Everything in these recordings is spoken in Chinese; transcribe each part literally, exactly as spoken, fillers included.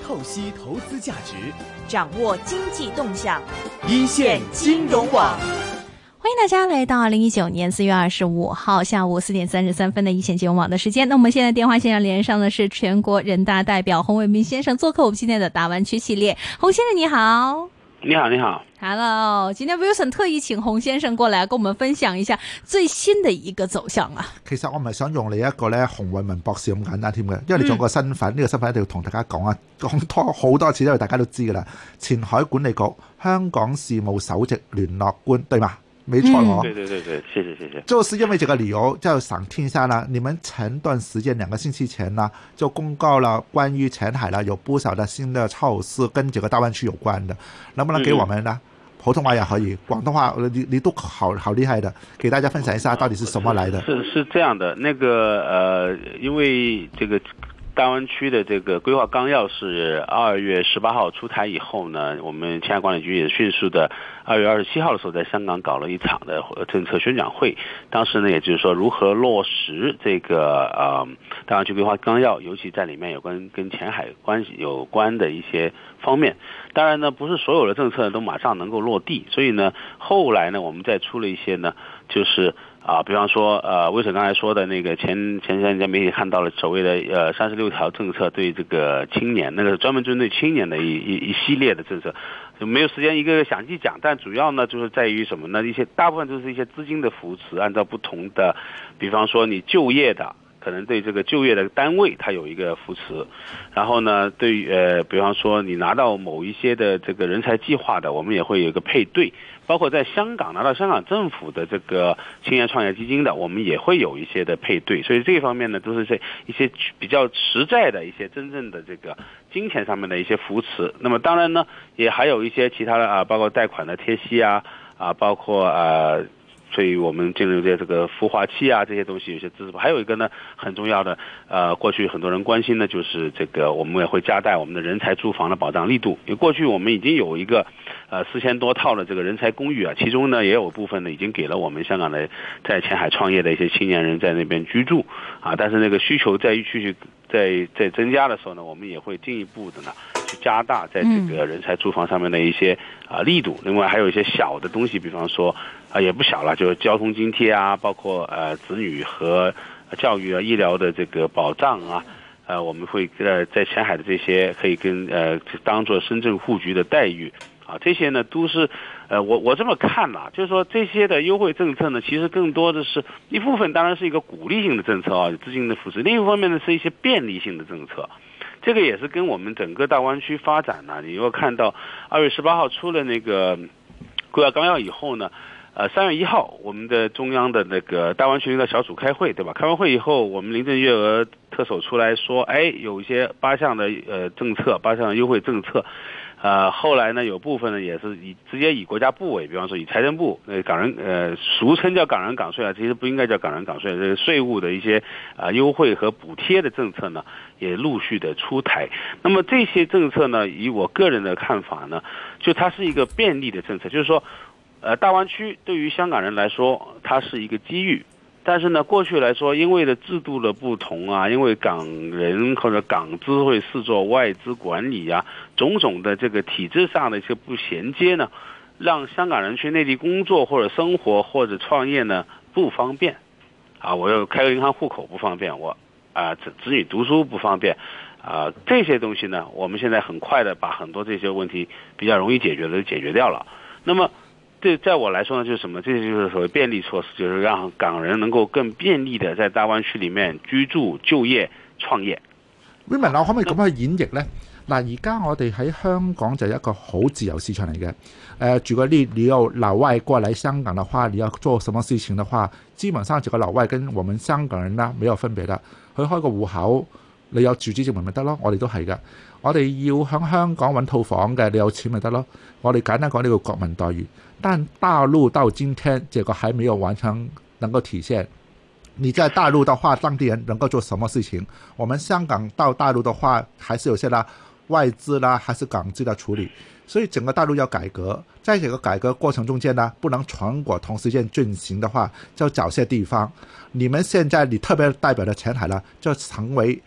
透析投资价值， 掌握经济动向， 一线金融网。 欢迎大家来到二零一九年四月二十五号下午四点三十三分的一线金融网的时间。那我们现在电话线上连上的是全国人大代表洪为民先生，做客我们今天的大湾区系列。洪先生你好。 你好，你好 ，Hello， 今天 Wilson 特意請洪先生過嚟跟我們分享一下最新的一個走向啊。 其實我唔係想用你一個咧洪為民博士咁簡單添嘅，因為你仲有個身份，呢、嗯、個身份一定要同大家講啊，講多好多次，因為大家都知噶啦。前海管理局香港事務首席聯絡官，對嗎？沒錯咯、嗯。 對對對對，謝謝謝謝。 就是因為這個理由，就想聽一下啦。你們前段時間兩個星期前呢，就公告了關於前海啦有不少的新的措施，跟這個大灣區有關的，能不能給我們呢？嗯、普通話也可以，廣東話你你都好好厲害的，給大家分享一下到底是什麼來的。 是是這樣的，那個呃，因為這個大灣區的這個規劃綱要是二月十八號出台以後呢，我們前海管理局也迅速的二月二十七號的時候在香港搞了一場的政策宣講會，當時呢也就是說如何落實這個呃大灣區規劃綱要，尤其在裡面有關跟前海關係有關的一些方面。當然呢不是所有的政策都馬上能夠落地，所以呢後來呢我們再出了一些呢就是啊，比方說，呃，威森剛才說的那個前前些年媒體看到了所謂的呃三十六條政策，對這個青年，那個專門針對青年的一一一系列的政策，就沒有時間一個個詳細講，但主要呢就是在於什麼呢？一些大部分都是一些資金的扶持，按照不同的，比方說你就業的，可能對這個就業的單位它有一個扶持，然後呢，對於呃，比方說你拿到某一些的這個人才計劃的，我們也會有一個配對。包括在香港拿到香港政府的這個青年創業基金的，我們也會有一些的配對，所以這方面呢都是這一些比較實在的一些真正的這個金錢上面的一些扶持。那麼當然呢也還有一些其他的啊，包括貸款的貼息啊啊，包括呃所以我們進入這這個孵化器啊這些東西有些支持。還有一個呢很重要的呃過去很多人關心的就是這個我們也會加大我們的人才住房的保障力度，因為過去我們已經有一個呃四千多套的這個人才公寓啊，其中呢也有部分呢已經給了我們香港的在前海創業的一些青年人在那邊居住啊，但是那個需求在繼續在在增加的時候呢，我們也會進一步的呢去加大在這個人才住房上面的一些啊力度。另外還有一些小的東西，比方說啊也不小了，就是交通津貼啊，包括呃子女和教育啊、醫療的這個保障啊，呃我們會呃在前海的這些可以跟呃當做深圳戶局的待遇。啊，這些呢都是，呃，我我這麼看啦，就是說這些的優惠政策呢，其實更多的是一部分當然是一個鼓勵性的政策啊，資金的扶持；另一方面呢是一些便利性的政策，這個也是跟我們整個大灣區發展呢，你如果看到二月十八號出了那個規劃綱要以後呢，呃，三月一號我們的中央的那個大灣區領導小組開會，對吧？開完會以後，我們林鄭月娥特首出來說，哎，有一些八項的呃政策，八項的優惠政策。呃，後來呢，有部分呢也是以直接以國家部委，比方說以財政部，呃，港人呃俗稱叫港人港稅啊，其實不應該叫港人港稅，這個稅務的一些啊、呃、優惠和補貼的政策呢，也陸續的出台。那麼這些政策呢，以我個人的看法呢，就它是一個便利的政策，就是說，呃，大灣區對於香港人來說，它是一個機遇。但是呢，過去來說，因為的制度的不同啊，因為港人或者港資會視作外資管理啊，種種的這個體制上的一些不銜接呢，讓香港人去內地工作或者生活或者創業呢不方便。啊，我要開個銀行戶口不方便，我啊子子女讀書不方便，啊這些東西呢，我們現在很快的把很多這些問題比較容易解決的解決掉了。那麼對，在我來說呢，就是什麼？這就是所謂便利措施，就是讓港人能夠更便利的在大灣區裏面居住、就業、創業。 Raymond，我可唔可以咁去演繹呢？嗱，而家我哋喺香港就係一個好自由市場嚟嘅。誒、呃，舉個例，你有老外過來香港的話，你要做什麼事情的話，基本上這個老外跟我們香港人呢沒有分別的。佢開個戶口，你有住址證明咪得咯？我哋都係㗎。我哋要喺香港揾套房嘅，你有錢咪得咯？我哋簡單講呢個國民待遇。但大陸到今天，這個還沒有完全能夠體現。你在大陸的話，當地人能夠做什麼事情？我們香港到大陸的話，還是有些啦外資啦，還是港資的處理。所以整個大陸要改革，在這個改革過程中間呢，不能全國同時間進行的話，就找些地方。你們現在你特別代表的前海呢，就成為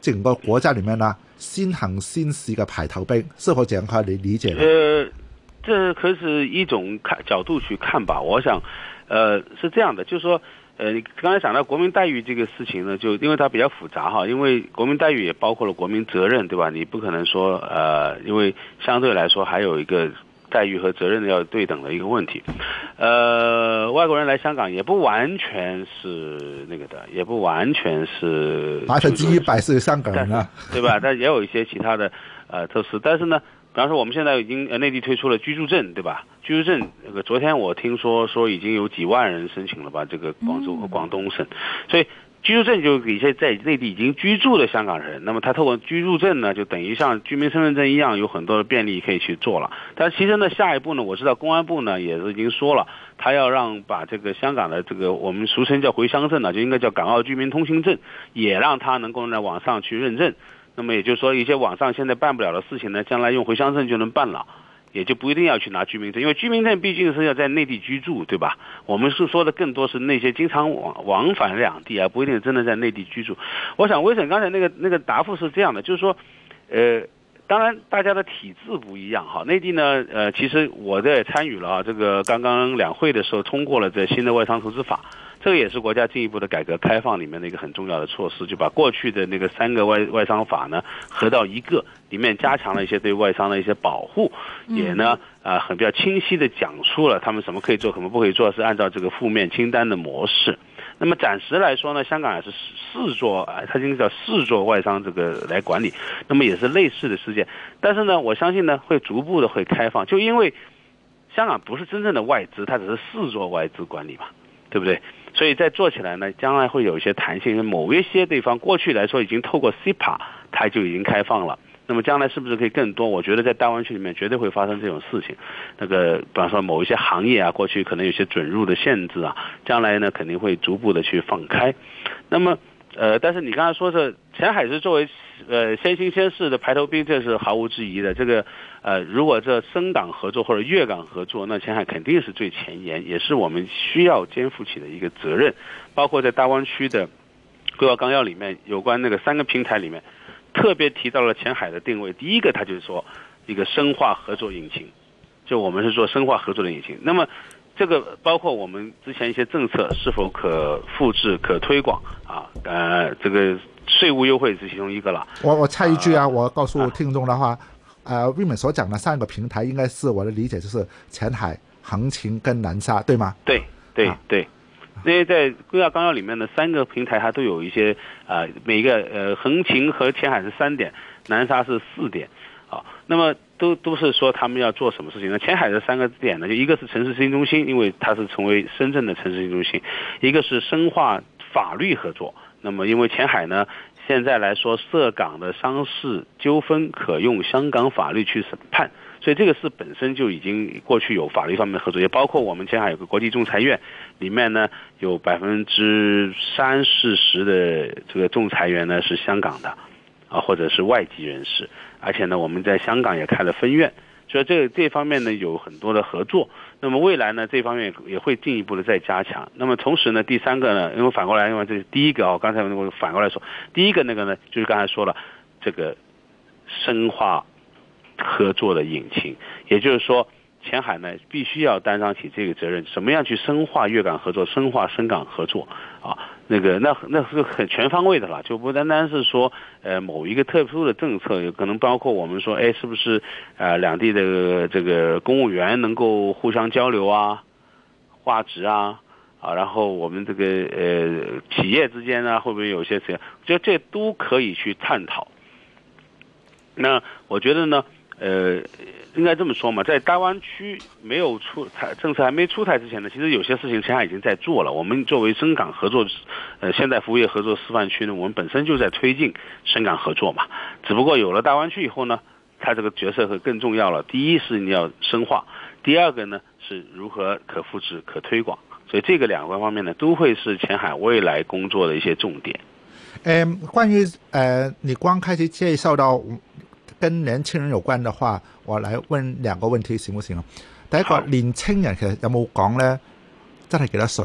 整個國家裡面呢先行先試嘅排頭兵，是否這樣可以理解呢？ 呃，這可是一種看角度去看吧。我想，呃，是這樣的，就是說，呃，你剛才講到國民待遇這個事情呢，就因為它比較複雜哈，因為國民待遇也包括了國民責任，對吧？你不可能說，呃，因為相對來說還有一個待遇和責任要對等的一個問題。呃，外國人來香港也不完全是那個的，也不完全是百分之一百是香港人啊， 對吧？但也有一些其他的呃特殊，但是呢，比方說我們現在已經呃內地推出了居住證，對吧？居住證，那個昨天我聽說說已經有幾萬人申請了吧？這個廣州和廣東省，所以居住證就給一些在內地已經居住的香港人，那麼他透過居住證呢，就等於像居民身份證一樣，有很多的便利可以去做了。但其實呢，下一步呢，我知道公安部呢也是已經說了，他要讓把這個香港的這個我們俗稱叫回鄉證呢，就應該叫港澳居民通行證，也讓他能夠在網上去認證。那麼也就是說，一些網上現在辦不了的事情呢，將來用回鄉證就能辦了。也就不一定要去拿居民證，因為居民證畢竟是要在內地居住，對吧？我們是說的更多是那些經常往往返兩地啊，不一定真的在內地居住。我想威省剛才那個那個答覆是這樣的，就是說，呃，當然大家的體制不一樣哈。內地呢，呃，其實我也參與了啊，這個剛剛兩會的時候通過了這新的外商投資法。這個也是國家進一步的改革開放裡面的一個很重要的措施，就把過去的那個三個外外商法呢合到一個，裡面加強了一些對外商的一些保護，也呢啊、呃、很比較清晰的講述了他們什麼可以做，什麼不可以做，是按照這個負面清單的模式。那麼暫時來說呢，香港也是試做，它應該叫試做外商這個來管理，那麼也是類似的事件。但是呢，我相信呢會逐步的會開放，就因為香港不是真正的外資，它只是試做外資管理嘛，對不對？所以再做起來呢，將來會有一些彈性。某一些地方過去來說已經透過 C E P A 它就已經開放了，那麼將來是不是可以更多？我覺得在大灣區裡面絕對會發生這種事情。那個比方說某一些行業啊，過去可能有些准入的限制啊，將來呢肯定會逐步的去放開。那麼呃，但是你剛才說是前海是作為呃先行先試的排頭兵，這是毫無質疑的。這個呃，如果這深港合作或者粵港合作，那前海肯定是最前沿，也是我們需要肩負起的一個責任。包括在大灣區的規劃綱要裡面，有關那個三個平台裡面，特別提到了前海的定位。第一個，它就是說一個深化合作引擎，就我們是做深化合作的引擎。那麼這個包括我們之前一些政策是否可複製、可推廣啊？呃，這個稅務優惠是其中一個了。 我我插一句啊，呃、我告訴聽眾的話，呃 Raymond 所講的三個平台，應該是我的理解就是前海、橫琴跟南沙，對嗎？ 對對對，因為在規劃綱要裡面的三個平台，它都有一些呃，每一個呃，橫琴和前海是三點，南沙是四點。好，那麼都都是說他們要做什麼事情呢？前海的三個點呢，就一個是城市新中心，因為它是成為深圳的城市新中心；一個是深化法律合作。那麼因為前海呢，現在來說涉港的商事糾紛可用香港法律去審判，所以這個是本身就已經過去有法律方面的合作，也包括我們前海有個國際仲裁院，裡面呢有百分之三四十的這個仲裁員呢是香港的啊，或者是外籍人士。而且呢，我們在香港也開了分院，所以這個這方面呢有很多的合作。那麼未來呢，這方面也會進一步的再加強。那麼同時呢，第三個呢，因為反過來，因為這是第一個啊，剛才我反過來說，第一個那個呢，就是剛才說了，這個深化合作的引擎，也就是說，前海呢必須要擔當起這個責任，怎麼樣去深化粵港合作，深化深港合作啊？那個那那是很全方位的啦，就不單單是說呃某一個特殊的政策，有可能包括我們說，哎，是不是呃兩地的這個公務員能夠互相交流啊、劃職啊啊，然後我們這個呃企業之間呢，會不會有些這樣？我覺得這都可以去探討。那我覺得呢，呃。應該這麼說嘛，在大灣區沒有出台政策還沒出台之前呢，其實有些事情前海已經在做了。我們作為深港合作，呃，現代服務業合作示範區呢，我們本身就在推進深港合作嘛。只不過有了大灣區以後呢，它這個角色會更重要了。第一是你要深化，第二個呢是如何可複製、可推廣。所以這個兩個方面呢，都會是前海未來工作的一些重點。 嗯，關於呃，你剛開始介紹到跟年輕人有關的話，我來問兩個問題，行唔行啊？第一個，年輕人其實有冇講呢？真係幾多歲呢？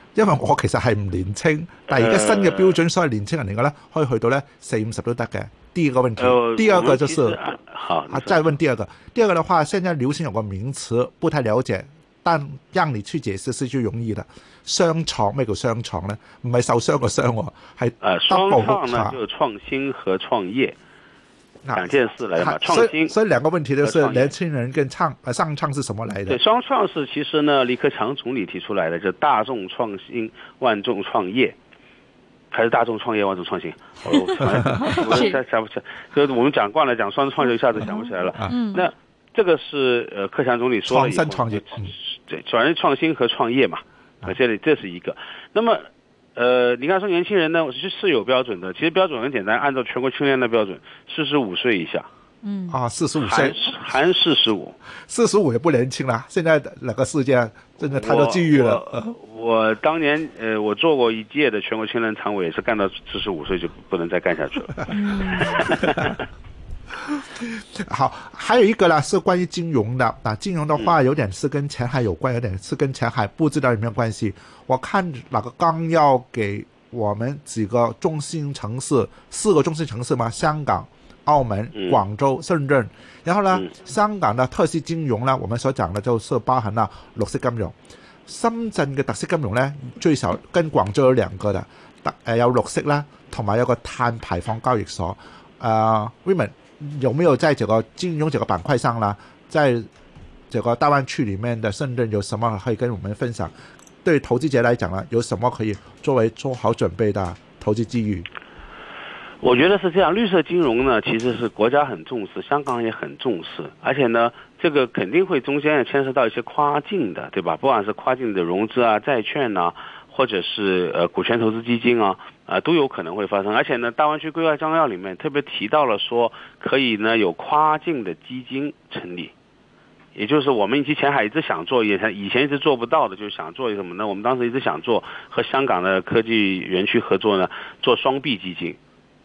因為我其實係唔年青，但係而家新嘅標準，所以年青人嚟講咧，可以去到咧四五十都得嘅。第一個問題，呃、第二個就是好， 啊，再問第二個，第二個的話，現在流行有個名詞，不太了解，但讓你去解釋是最容易的。雙創，咩叫雙創咧？唔係受傷個傷喎，係誒雙創呢，就創新和創業兩件事嚟嘛。創新， 所以兩個問題就是年輕人跟創呃上創是什麼來的？ 對，雙創是其實呢，李克強總理提出來的，就大眾創新，萬眾創業。還是大眾創業，萬眾創新。我我想想不起來，就是我們講慣了講雙創，就一下子想不起來了。嗯，那這個是呃，克強總理說的，創新創業，對，轉為創新和創業嘛。啊，這裡這是一個。那麼，呃，你剛才說年輕人呢，是是有標準的。其實標準很簡單，按照全國青年的標準，四十五歲以下。嗯啊，四十五歲，含四十五， 四十五也不年輕了。現在那個世界真的太多機遇了。 我，我當年呃，我做過一屆的全國青年常委，也是幹到四十五歲就不能再幹下去了。 好，還有一個呢，是關於金融的。那金融的話，有點是跟前海有關，有點是跟前海不知道有沒有關係。我看那個綱要給我們幾個中心城市，四個中心城市嘛，香港、澳門、廣州、深圳。然後呢，嗯、香港的特色金融呢，我們所講的就是包含了綠色金融。深圳嘅特色金融呢，最少跟廣州有兩個的，誒有綠色啦，同埋有個碳排放交易所。呃 Raymond 有沒有在這個金融這個板塊上呢？在這個大灣區裡面的深圳有什麼可以跟我們分享？對投資者來講呢，有什麼可以作為做好準備的投資機遇？ 我覺得是這樣，綠色金融呢，其實是國家很重視，香港也很重視，而且呢，這個肯定會中間也牽涉到一些跨境的，對吧？不管是跨境的融資啊、債券啊，或者是呃股權投資基金啊。啊，都有可能會發生，而且呢，大灣區規劃綱要裡面特別提到了說，可以呢有跨境的基金成立，也就是我們以前還一直想做，也以前一直做不到的，就是想做什麼呢？我們當時一直想做和香港的科技園區合作呢，做雙幣基金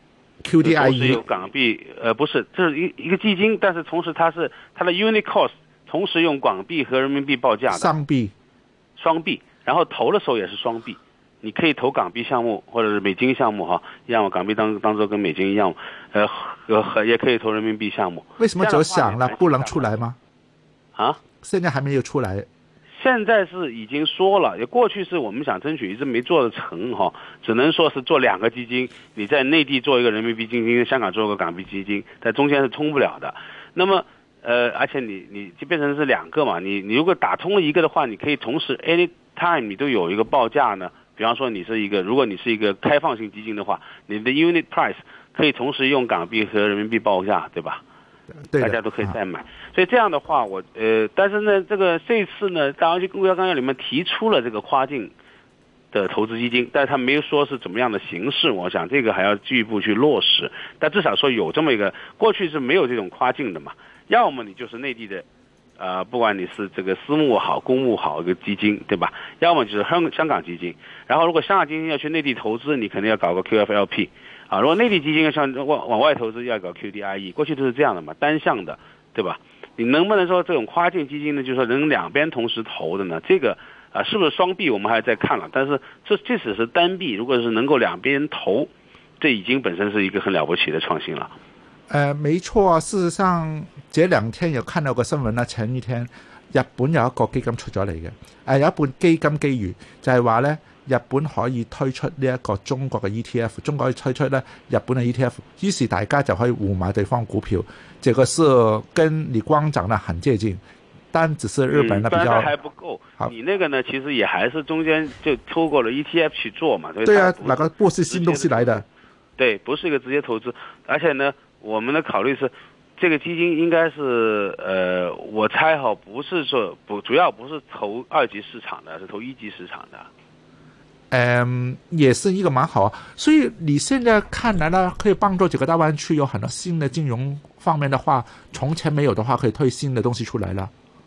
，Q D I E 同時有港幣，呃，不是，這是一一個基金，但是同時它是它的 unit cost，同時用港幣和人民幣報價的雙幣， 雙幣，然後投的時候也是雙幣。你可以投港幣項目或者是美金項目哈，讓港幣當當做跟美金一樣，呃和也可以投人民幣項目。 為什麼只有想了不能出來嗎？ 啊， 現在還沒有出來。 現在是已經說了，也過去是我們想爭取，一直沒做得成哈，只能說是做兩個基金，你在內地做一個人民幣基金，香港做一個港幣基金，在中間是通不了的。那麼呃，而且你你就變成是兩個嘛，你你如果打通了一個的話，你可以同時 anytime 你都有一個報價呢。比方說你是一個，如果你是一個開放性基金的話，你的 unit price 可以同時用港幣和人民幣報價，對吧？對，大家都可以再買。啊、所以這樣的話，我呃，但是呢，這個這次呢，大灣區規劃綱要裡面提出了這個跨境的投資基金，但是他沒有說是怎麼樣的形式，我想這個還要進一步去落實。但至少說有這麼一個，過去是沒有這種跨境的嘛，要麼你就是內地的。呃，不管你是這個私募好、公募好一個基金，對吧？要麼就是香香港基金，然後如果香港基金要去內地投資，你肯定要搞個 Q F L P 啊。如果內地基金要向往往外投資，要搞 Q D I E。過去都是這樣的嘛，單向的，對吧？你能不能說這種跨境基金呢？就是說能兩邊同時投的呢？這個啊，是不是雙幣？我們還要再看了。但是這即使是單幣，如果是能夠兩邊投，這已經本身是一個很了不起的創新了。 呃，沒錯啊。事實上，這兩天有看到個新聞啦，前一天日本有一個基金出咗嚟嘅，誒、呃、有一本基金機遇，就係話咧，日本可以推出呢一個中國嘅 E T F， 中國可以推出咧日本嘅 E T F， 於是大家就可以互買對方股票。這個是跟你光講呢很接近，但只是日本呢比較、 嗯、還不夠。你那個呢，其實也還是中間就透過了 E T F 去做嘛。 對啊，那個不是新東西來的。 對，不是一個直接投資，而且呢，我們的考慮是，這個基金應該是，呃，我猜哈，不是說不主要不是投二級市場的，是投一級市場的。 嗯，也是一個蠻好啊。所以你現在看來呢，可以幫助這個大灣區有很多新的金融方面的話，從前沒有的話，可以推新的東西出來了。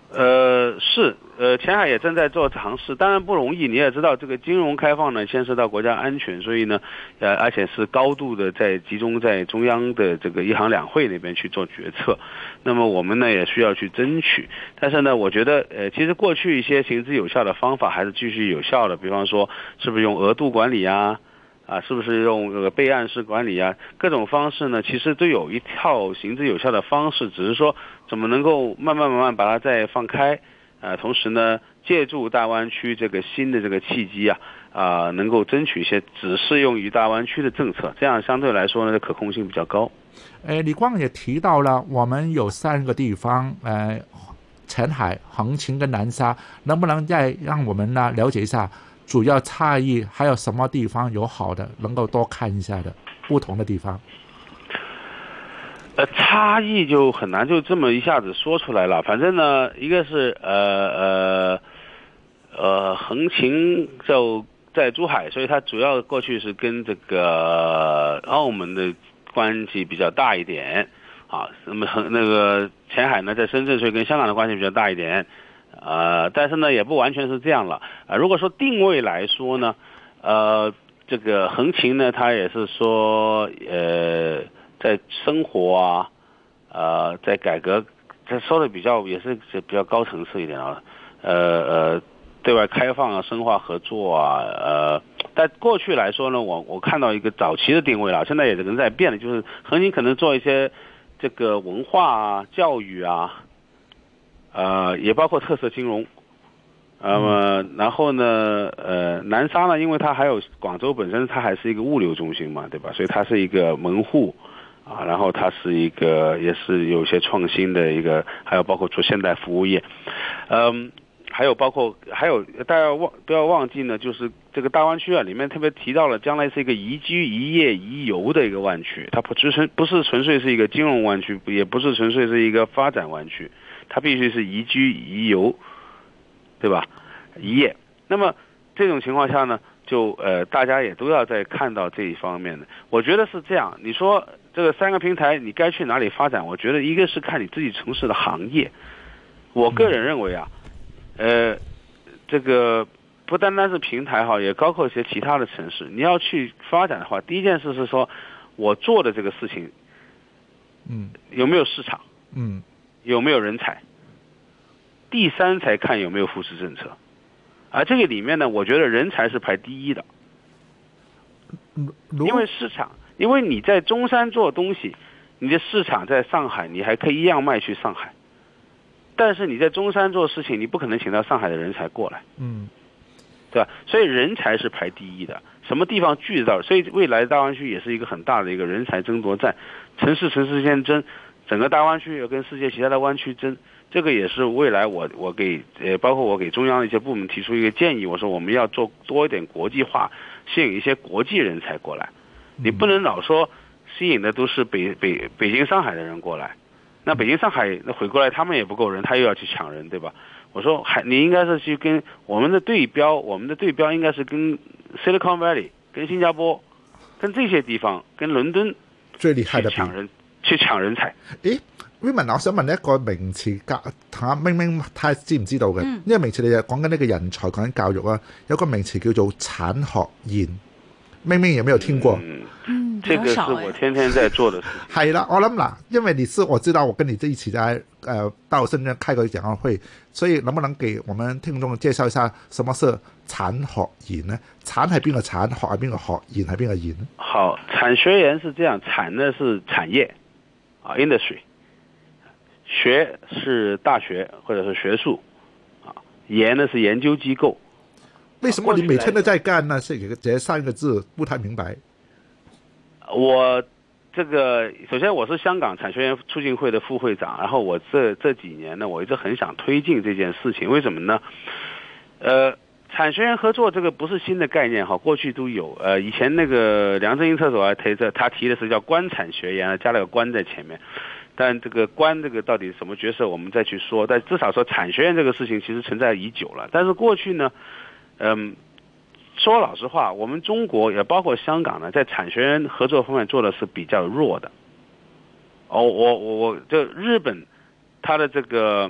呃，是，呃，前海也正在做尝试，当然不容易。你也知道，这个金融开放呢，牵涉到国家安全，所以呢，呃，而且是高度的在集中在中央的这个一行两会那边去做决策。那么我们呢也需要去争取，但是呢，我觉得，呃，其实过去一些行之有效的方法还是继续有效的，比方说，是不是用额度管理啊？啊，是不是用这个备案式管理啊？各种方式呢，其实都有一套行之有效的方式，只是说怎么能够慢慢慢慢把它再放开，呃，同时呢，借助大湾区这个新的这个契机啊，啊、呃，能够争取一些只适用于大湾区的政策，这样相对来说呢，可控性比较高。 诶，李光也提到了，我们有三个地方，呃，前海、横琴跟南沙，能不能再让我们呢了解一下？主要差异还有什么地方有好的，能够多看一下的不同的地方？ 呃，差异就很难就这么一下子说出来了。反正呢，一个是呃呃呃横琴就在珠海，所以它主要过去是跟这个澳门的关系比较大一点啊。那么横那个前海呢，在深圳，所以跟香港的关系比较大一点。呃，但是呢，也不完全是这样了。啊、呃，如果说定位来说呢，呃，这个横琴呢，它也是说，呃，在生活啊，呃，在改革，这说的比较也是比较高层次一点啊，呃呃，对外开放啊，深化合作啊，呃，但过去来说呢，我我看到一个早期的定位了，现在也可能在变了，就是横琴可能做一些这个文化啊、教育啊。呃，也包括特色金融，那么、嗯、然后呢，呃，南沙呢，因为它还有广州本身它还是一个物流中心嘛，对吧？所以它是一个门户啊，然后它是一个也是有些创新的一个，还有包括做现代服务业，嗯，还有包括还有大家忘不要忘记呢，就是这个大湾区啊，里面特别提到了将来是一个宜居宜业宜游的一个湾区，它不只是不是纯粹是一个金融湾区，也不是纯粹是一个发展湾区。它必须是宜居宜游，对吧？宜业。那么这种情况下呢，就呃大家也都要在看到这一方面的。我觉得是这样。你说这个三个平台你该去哪里发展？我觉得一个是看你自己城市的行业。我个人认为啊，呃，这个不单单是平台哈，也包括一些其他的城市。你要去发展的话，第一件事是说我做的这个事情， 嗯， 有没有市场？ 嗯。 有没有人才？第三才看有没有扶持政策，而这个里面呢，我觉得人才是排第一的，因为市场，因为你在中山做东西，你的市场在上海，你还可以一样卖去上海，但是你在中山做事情，你不可能请到上海的人才过来， 嗯， 对吧？所以人才是排第一的，什么地方聚到，所以未来大湾区也是一个很大的一个人才争夺战，城市城市之间争。整个大湾区要跟世界其他的湾区争，这个也是未来我我给呃包括我给中央的一些部门提出一个建议，我说我们要做多一点国际化，吸引一些国际人才过来，你不能老说吸引的都是北北北京上海的人过来，那北京上海那回过来他们也不够人，他又要去抢人，对吧？我说还你应该是去跟我们的对标，我们的对标应该是跟 Silicon Valley、跟新加坡、跟这些地方、跟伦敦最厲害的搶人。去搶人才。 誒 Raymond， 我想問一個名詞，教睇下明明睇知唔知道嘅？呢、嗯、個名詞你就講緊呢個人才，講緊教育啊。有個名詞叫做產學研，明明有沒有聽過？ 嗯，嗯這個是我天天在做的事情。 係啦，我諗嗱，因為你是我知道我跟你這一起在呃到深圳開過講話會，所以能不能給我們聽眾介紹一下什麼是產學研呢？產係邊個產，學係邊個學，研係邊個研呢？ 好，產學研是這樣，產呢是產業。啊 ，industry， 學是大學或者是學術，啊，研呢是研究機構。 為什麼你每天都在幹呢？這個這三個字不太明白。 我這個首先我是香港產學研促進會的副會長，然後我這這幾年呢，我一直很想推進這件事情。為什麼呢？呃，產學研合作這個不是新的概念哈，過去都有。呃，以前那個梁振英特首還提着，他提的是叫官產學研，加了個官在前面。但這個官這個到底什麼角色，我們再去說。但至少說產學研這個事情其實存在已久了。但是過去呢，嗯，說老實話，我們中國也包括香港呢，在產學研合作方面做的是比較弱的。哦，我我我，就日本，它的這個。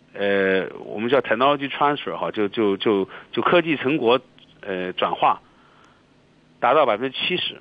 呃，我们叫 technology transfer 哈，就就就就科技成果呃转化达到百分之七十。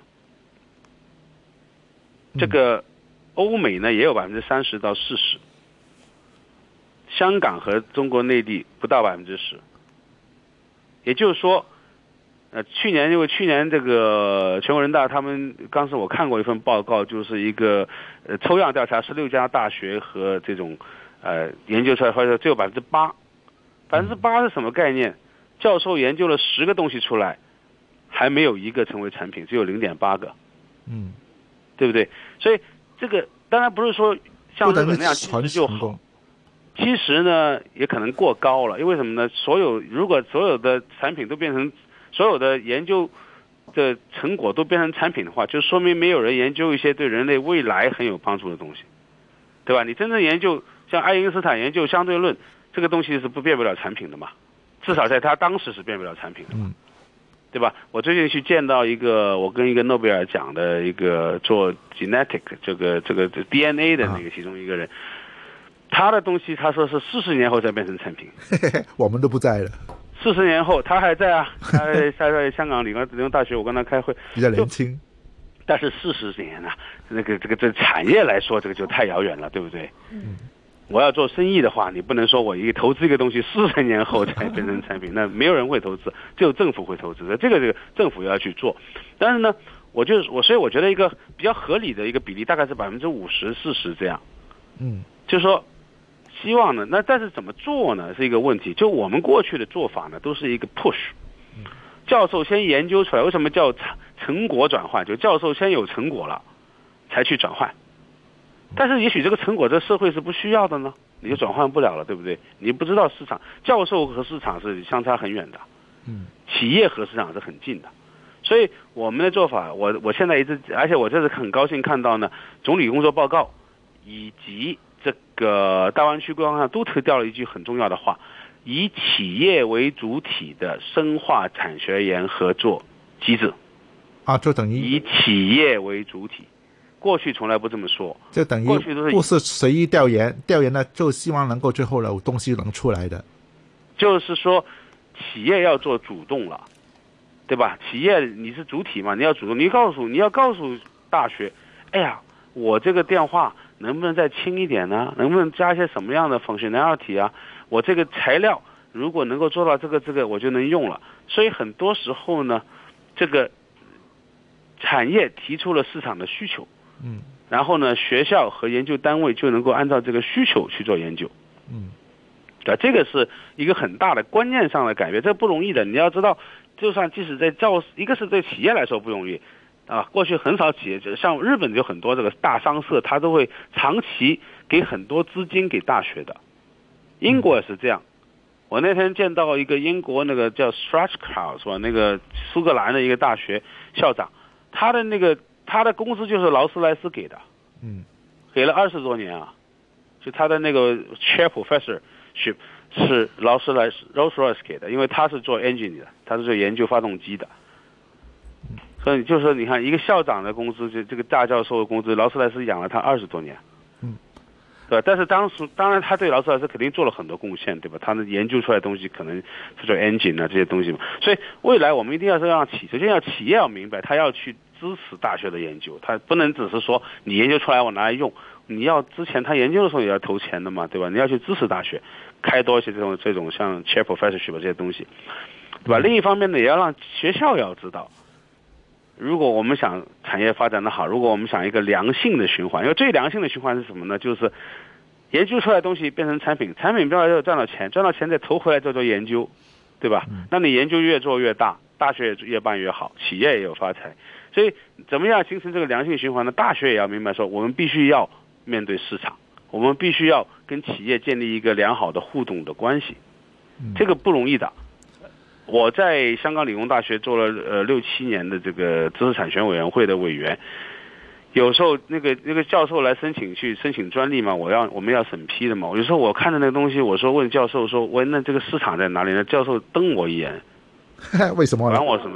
这个欧美呢也有百分之三十到四十，香港和中国内地不到百分之十。也就是说，呃，去年因为去年这个全国人大他们当时我看过一份报告，就是一个呃抽样调查十六家大学和这种呃研究出来，发现只有百分之八，百分之八是什么概念？教授研究了十个东西出来，还没有一个成为产品，只有零点八个， 嗯， 对不对？所以这个当然不是说像日本那样其实就好。其实呢，也可能过高了，因为什么呢？所有如果所有的产品都变成，所有的研究的成果都变成产品的话，就说明没有人研究一些对人类未来很有帮助的东西，对吧？你真正研究像爱因斯坦研究相对论，这个东西是不变不了产品的嘛，至少在他当时是变不了产品的嘛，对吧？我最近去见到一个，我跟一个诺贝尔奖的一个做 genetic 这个这个 D N A 的那个其中一个人。他的东西，他说是四十年后才变成产品， 我们都不在了。 四十年后，他还在啊，他在在香港理工理工大学，我跟他开会， 比较年轻。 但是四十年啊，那个这个这产业来说，这个就太遥远了，对不对？嗯。我要做生意的话，你不能说我一投资一个东西四十年后才变成产品，那没有人会投资，只有政府会投资的。这个这个政府要去做，但是呢，我就我所以我觉得一个比较合理的一个比例大概是百分之五十四十这样。嗯。就是说。希望呢，那但是怎么做呢？是一个问题。就我们过去的做法呢，都是一个 push。教授先研究出来，为什么叫成果转换？就教授先有成果了，才去转换。但是也许这个成果这社会是不需要的呢，你就转换不了了，对不对？你不知道市场，教授和市场是相差很远的，嗯，企业和市场是很近的。所以我们的做法，我我现在一直，而且我这次很高兴看到呢，总理工作报告以及。这个大湾区规划上都提到了一句很重要的话，以企业为主体的深化产学研合作机制啊，就等于以企业为主体。过去从来不这么说， 就等于过去都是不是随意调研，调研呢就希望能够最后有东西能出来的。 就是说，企业要做主动了，对吧？企业你是主体嘛，你要主动，你告诉你要告诉大学，哎呀，我这个电话。能不能再轻一点呢？能不能加一些什么样的 functionality 啊？我这个材料如果能够做到这个这个，我就能用了。所以很多时候呢，这个产业提出了市场的需求，嗯，然后呢，学校和研究单位就能够按照这个需求去做研究，嗯，对，这个是一个很大的观念上的改变，这不容易的。你要知道，就算即使在教，一个是对企业来说不容易。啊，过去很少企业，像日本有很多这个大商社，他都会长期给很多资金给大学的。英国也是这样。我那天见到一个英国那个叫 Strathclyde 是吧？那个苏格兰的一个大学校长，他的那个他的工资就是劳斯莱斯给的，嗯，给了二十多年啊，就他的那个 chair professorship 是劳斯莱斯 Rolls-Royce 给的，因为他是做 engine 的，他是做研究发动机的。所以就是说，你看一个校长的工资，这这个大教授的工资，劳斯莱斯养了他二十多年，嗯，对吧？但是当时当然他对劳斯莱斯肯定做了很多贡献，对吧？他的研究出来的东西可能是做 engine 啊这些东西嘛。所以未来我们一定要是让企，首先要企业要明白，他要去支持大学的研究，他不能只是说你研究出来我拿来用，你要之前他研究的时候也要投钱的嘛，对吧？你要去支持大学，开多一些这种这种像 chair professorship 这些东西，对吧？另一方面呢，也要让学校要知道。如果我们想产业发展的好，如果我们想一个良性的循环，因为最良性的循环是什么呢？就是研究出来的东西变成产品，产品变了就赚到钱，赚到钱再投回来再做研究，对吧？那你研究越做越大，大学也越办越好，企业也有发财。所以怎么样形成这个良性循环呢？大学也要明白说，我们必须要面对市场，我们必须要跟企业建立一个良好的互动的关系，这个不容易的。我在香港理工大学做了呃六七年的这个知识产权委员会的委员，有时候那个那个教授来申请去申请专利嘛，我要我们要审批的嘛。有时候我看着那个东西，我说问教授说，喂，那这个市场在哪里呢？教授瞪我一眼， 为什么呢？ 管我什么事？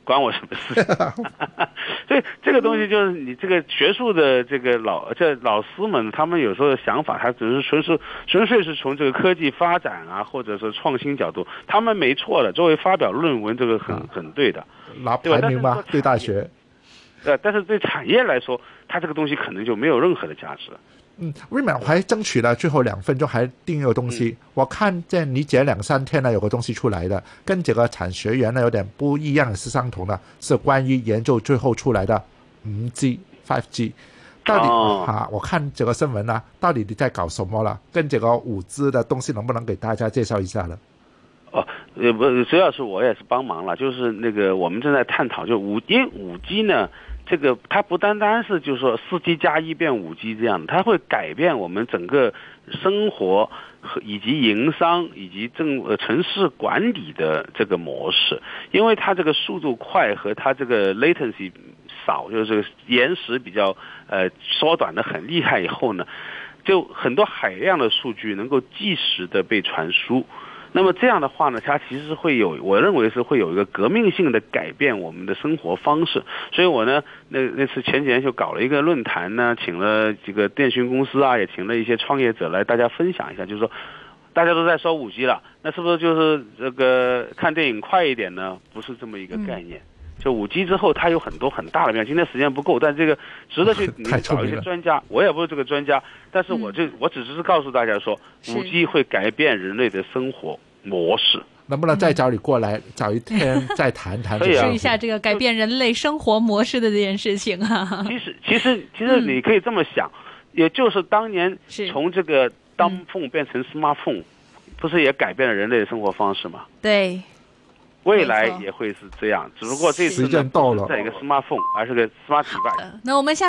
关我什么事？所以这个东西就是你这个学术的这个老这老师们，他们有时候的想法，他只是纯是纯粹是从这个科技发展啊，或者说创新角度，他们没错的。作为发表论文，这个很很对的， 拿排名吗？对大学。 呃，但是对产业来说，它这个东西可能就没有任何的价值。 嗯 Raymond 我还爭取了最後兩分鐘，還定一個東西。嗯、我看見你這兩三天呢，有個東西出來的，跟這個產學園呢有點不一樣，是相同的，是關於研究最後出來的五 G、五 G。到底、哦啊、我看這個新聞呢，到底你在搞什麼了？跟這個五 G 的東西能不能給大家介紹一下呢？ 哦，呃不，主要是我也是幫忙了，就是那個我們正在探討，就五，因為五 G 呢。这个它不单单是就是说四 G 加一变五 G 这样，它会改变我们整个生活和以及营商以及政呃城市管理的这个模式，因为它这个速度快和它这个 latency 少，就是这个延时比较呃缩短的很厉害以后呢，就很多海量的数据能够即时的被传输。那么这样的话呢，它其实会有，我认为是会有一个革命性的改变我们的生活方式。所以我呢，那那次前几年就搞了一个论坛呢，请了几个电讯公司啊，也请了一些创业者来大家分享一下，就是说，大家都在说五 G 了，那是不是就是这个看电影快一点呢？不是这么一个概念。嗯就五 G 之后，它有很多很大的变化。今天时间不够，但这个值得去你找一些专家。我也不是这个专家，但是我就、嗯、我只是告诉大家说，五 G 会改变人类的生活模式。 能不能再找你过来，嗯、找一天再谈谈？ 可以说一下这个改变人类生活模式的这件事情啊。 其实，其实，其实你可以这么想，嗯、也就是当年从这个dumb phone变成 smartphone，、嗯、不是也改变了人类的生活方式吗？ 对。 未来也会是这样，只不过这次呢不是在一个 smartphone， 而是个 smart device。 那我们下